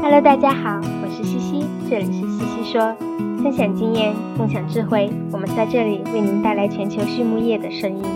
Hello， 大家好，我是西西，这里是西西说，分享经验，共享智慧，我们在这里为您带来全球畜牧业的声音。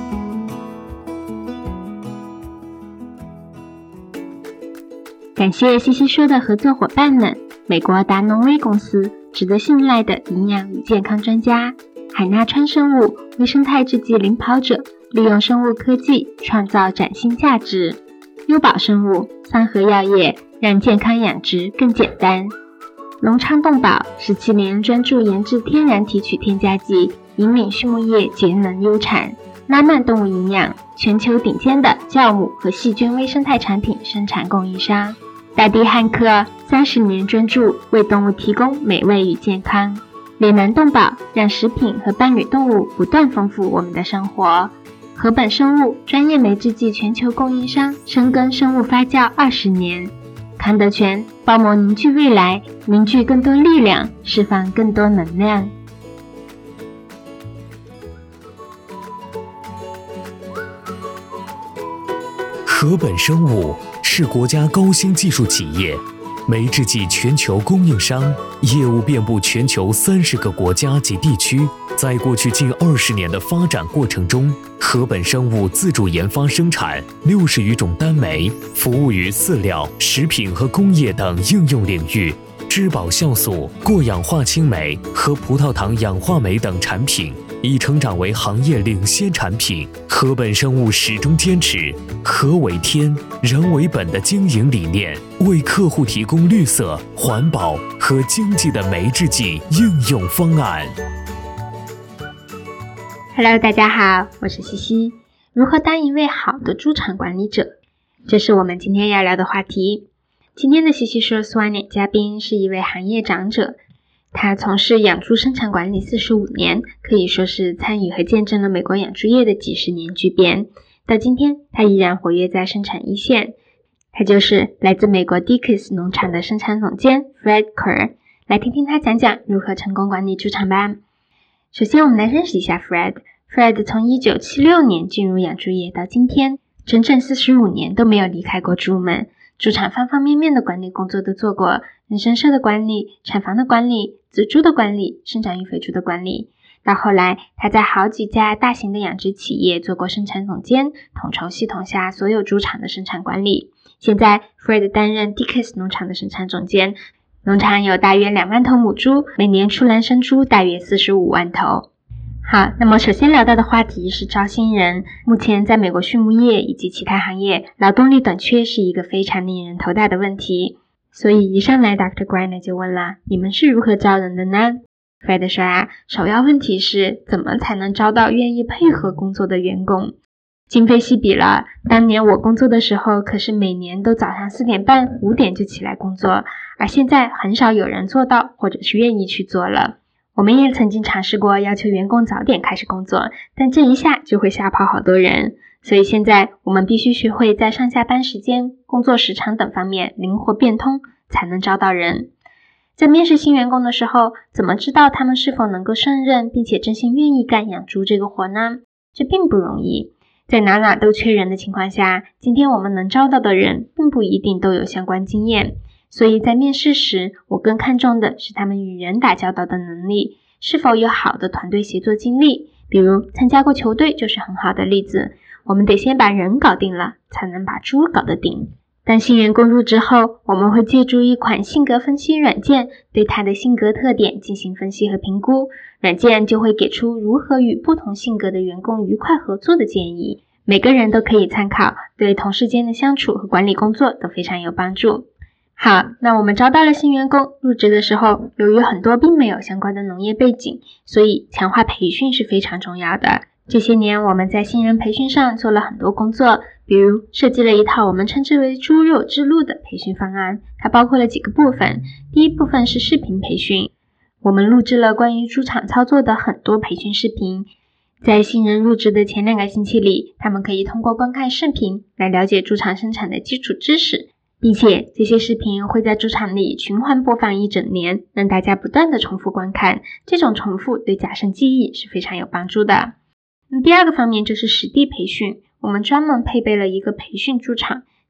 感谢西西说的合作伙伴们，美国达农威公司，值得信赖的营养与健康专家，海纳川生物，微生态制剂领跑者，利用生物科技创造崭新价值，优宝生物，三和药业，让健康养殖更简单。隆昌动宝17年专注研制天然提取添加剂，引领畜牧业节能优产。拉曼动物营养，全球顶尖的酵母和细菌微生态产品生产供应商。大地汉克30年专注为动物提供美味与健康。脸南动宝让食品和伴侣动物不断丰富我们的生活。禾本生物专业酶制剂全球供应商，深耕生物发酵20年。康德全包膜凝聚未来，凝聚更多力量，释放更多能量。 禾本生物是国家高新技术企业，酶制剂全球供应商，业务遍布全球30个国家及地区。在过去近20年的发展过程中，禾本生物自主研发生产60余种单酶，服务于饲料、食品和工业等应用领域。质保酵素、过氧化氢酶和葡萄糖氧化酶等产品已成长为行业领先产品。禾本生物始终坚持禾为天、人为本的经营理念，为客户提供绿色、环保和经济的酶制剂应用方案。 Hello， 大家好，我是西西。如何当一位好的猪场管理者？这是我们今天要聊的话题。今天的西西说Swan嘉宾是一位行业长者，他从事养猪生产管理45年，可以说是参与和见证了美国养猪业的几十年巨变。到今天，他依然活跃在生产一线。他就是来自美国 Dickies 农场的生产总监 Fred Kerr。来听听他讲讲如何成功管理猪场吧。首先，我们来认识一下 Fred。Fred 从1976年进入养猪业到今天，整整45年都没有离开过猪们。猪场方方面面的管理工作都做过，人参社的管理、产房的管理、仔猪的管理、生长育肥猪的管理。到后来，他在好几家大型的养殖企业做过生产总监，统筹系统下所有猪场的生产管理。现在 Fred 担任 Dickies 农场的生产总监，农场有大约2万头母猪，每年出栏生猪大约45万头。好，那么首先聊到的话题是招新人。目前在美国畜牧业以及其他行业，劳动力短缺是一个非常令人头大的问题。所以一上来 Dr. Greiner 就问了，你们是如何招人的呢？ Fred 说首要问题是怎么才能招到愿意配合工作的员工。今非昔比了，当年我工作的时候，可是每年都早上4点半、5点就起来工作，而现在很少有人做到，或者是愿意去做了。我们也曾经尝试过要求员工早点开始工作，但这一下就会吓跑好多人。所以现在我们必须学会在上下班时间、工作时长等方面灵活变通，才能招到人。在面试新员工的时候，怎么知道他们是否能够胜任并且真心愿意干养猪这个活呢？这并不容易。在哪哪都缺人的情况下，今天我们能招到的人并不一定都有相关经验。所以在面试时，我更看重的是他们与人打交道的能力，是否有好的团队协作经历，比如参加过球队就是很好的例子。我们得先把人搞定了，才能把猪搞得定。当新员工入职后，我们会借助一款性格分析软件，对他的性格特点进行分析和评估，软件就会给出如何与不同性格的员工愉快合作的建议，每个人都可以参考，对同事间的相处和管理工作都非常有帮助。好，那我们招到了新员工，入职的时候，由于很多并没有相关的农业背景，所以强化培训是非常重要的。这些年我们在新人培训上做了很多工作，比如设计了一套我们称之为猪肉之路的培训方案，它包括了几个部分。第一部分是视频培训，我们录制了关于猪场操作的很多培训视频。在新人入职的前2个星期里，他们可以通过观看视频来了解猪场生产的基础知识，并且这些视频会在猪场里循环播放1整年，让大家不断的重复观看，这种重复对加深记忆是非常有帮助的。第2个方面就是实地培训，我们专门配备了一个培训猪场，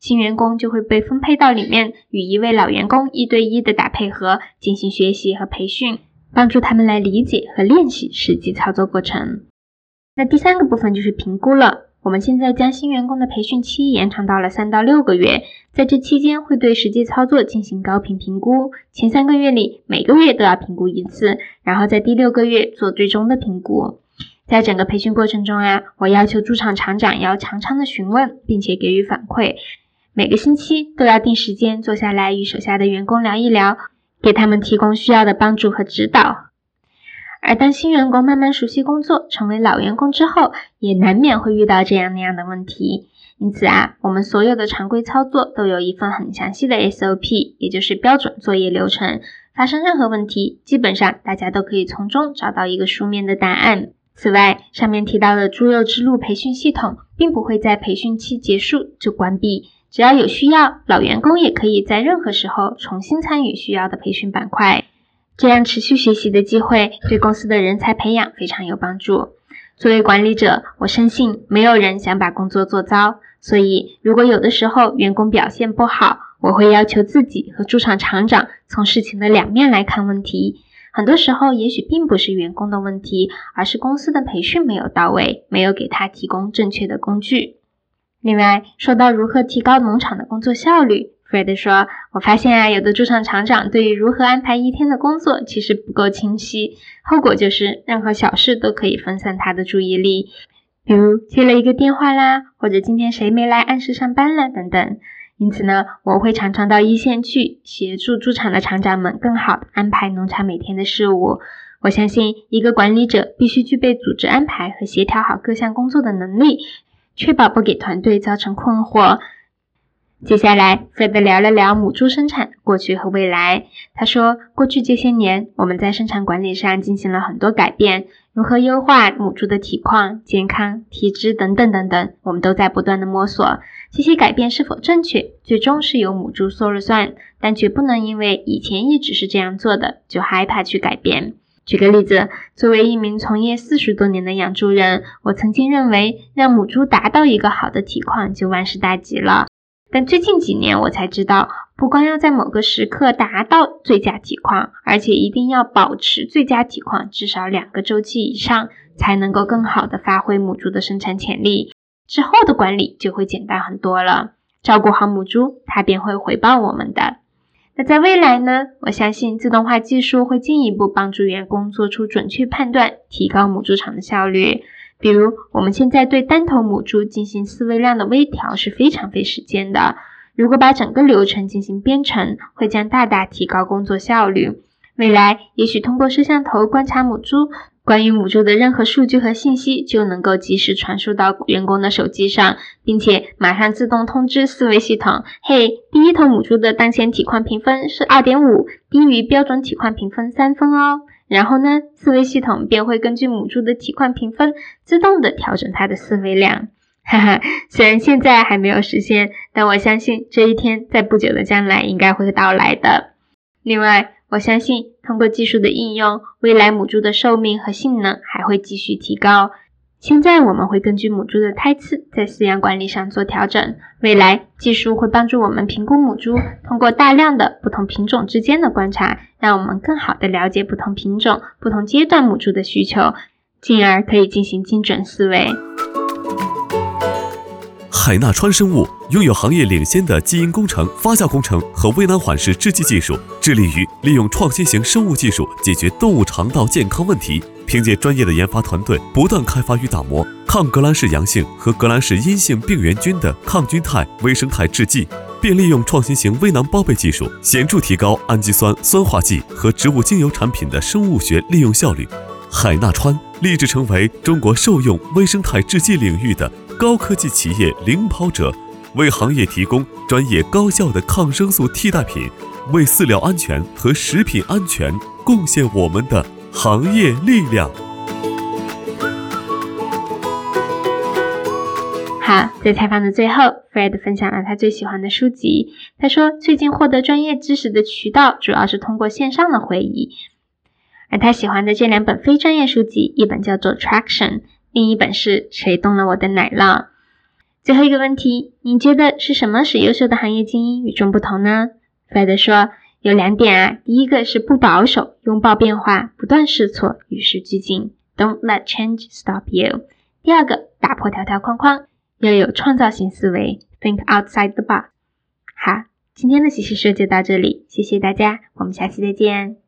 新员工就会被分配到里面，与一位老员工1对1的打配合，进行学习和培训，帮助他们来理解和练习实际操作过程。那第3个部分就是评估了。我们现在将新员工的培训期延长到了3到6个月，在这期间会对实际操作进行高频评估，前3个月里每个月都要评估1次，然后在第6个月做最终的评估。在整个培训过程中我要求驻场厂长要常常的询问，并且给予反馈，每个星期都要定时间坐下来与手下的员工聊一聊，给他们提供需要的帮助和指导。而当新员工慢慢熟悉工作，成为老员工之后，也难免会遇到这样那样的问题。因此我们所有的常规操作都有一份很详细的 SOP， 也就是标准作业流程。发生任何问题，基本上大家都可以从中找到一个书面的答案。此外，上面提到的猪肉之路培训系统并不会在培训期结束就关闭，只要有需要，老员工也可以在任何时候重新参与需要的培训板块。这样持续学习的机会对公司的人才培养非常有帮助。作为管理者，我深信没有人想把工作做糟，所以如果有的时候员工表现不好，我会要求自己和驻场厂长从事情的2面来看问题。很多时候也许并不是员工的问题，而是公司的培训没有到位，没有给他提供正确的工具。另外，说到如何提高农场的工作效率，Fred 说，我发现有的驻场厂长对于如何安排一天的工作其实不够清晰，后果就是任何小事都可以分散他的注意力，比如接了一个电话啦，或者今天谁没来按时上班了等等。因此呢，我会常常到一线去协助驻场的厂长们更好地安排农场每天的事务。我相信一个管理者必须具备组织安排和协调好各项工作的能力，确保不给团队造成困惑。接下来 Fred 聊了聊母猪生产过去和未来。他说，过去这些年我们在生产管理上进行了很多改变，如何优化母猪的体况、健康、体质等等等等，我们都在不断的摸索。这些改变是否正确，最终是由母猪说了算，但绝不能因为以前一直是这样做的，就害怕去改变。举个例子，作为一名从业40多年的养猪人，我曾经认为让母猪达到一个好的体况就万事大吉了。但最近几年我才知道，不光要在某个时刻达到最佳体况，而且一定要保持最佳体况至少2个周期以上，才能够更好的发挥母猪的生产潜力。之后的管理就会简单很多了，照顾好母猪，它便会回报我们的。那在未来呢，我相信自动化技术会进一步帮助员工做出准确判断，提高母猪场的效率。比如我们现在对单头母猪进行饲喂量的微调是非常费时间的，如果把整个流程进行编程，会将大大提高工作效率。未来也许通过摄像头观察母猪，关于母猪的任何数据和信息就能够及时传输到员工的手机上，并且马上自动通知饲喂系统，嘿，第一头母猪的当前体况评分是 2.5， 低于标准体况评分3分哦。然后呢，饲喂系统便会根据母猪的体况评分自动的调整它的饲喂量。虽然现在还没有实现，但我相信这一天在不久的将来应该会到来的。另外，我相信通过技术的应用，未来母猪的寿命和性能还会继续提高。现在我们会根据母猪的胎次在饲养管理上做调整，未来技术会帮助我们评估母猪，通过大量的不同品种之间的观察，让我们更好地了解不同品种、不同阶段母猪的需求，进而可以进行精准饲喂。 海纳川生物拥有行业领先的基因工程、发酵工程和微囊缓释制剂技术，致力于利用创新型生物技术解决动物肠道健康问题。凭借专业的研发团队，不断开发与打磨抗革兰氏阳性和革兰氏阴性病原菌的抗菌肽微生态制剂，并利用创新型微囊包被技术，显著提高氨基酸、酸化剂和植物精油产品的生物学利用效率。海纳川立志成为中国兽用微生态制剂领域的高科技企业领跑者，为行业提供专业高效的抗生素替代品，为饲料安全和食品安全贡献我们的行业力量。 好，在采访的最后 Fred 分享了他最喜欢的书籍。他说最近获得专业知识的渠道主要是通过线上的会议，而他喜欢的这2本非专业书籍，一本叫做 Traction， 另一本是谁动了我的奶酪。 最后一个问题，你觉得是什么使优秀的行业精英与众不同呢？ Fred 说有2点第一个是不保守，拥抱变化，不断试错，与时俱进 Don't let change stop you。 第二个打破条条框框，要有创造性思维 Think outside the box。 好，今天的习习说就到这里，谢谢大家，我们下期再见。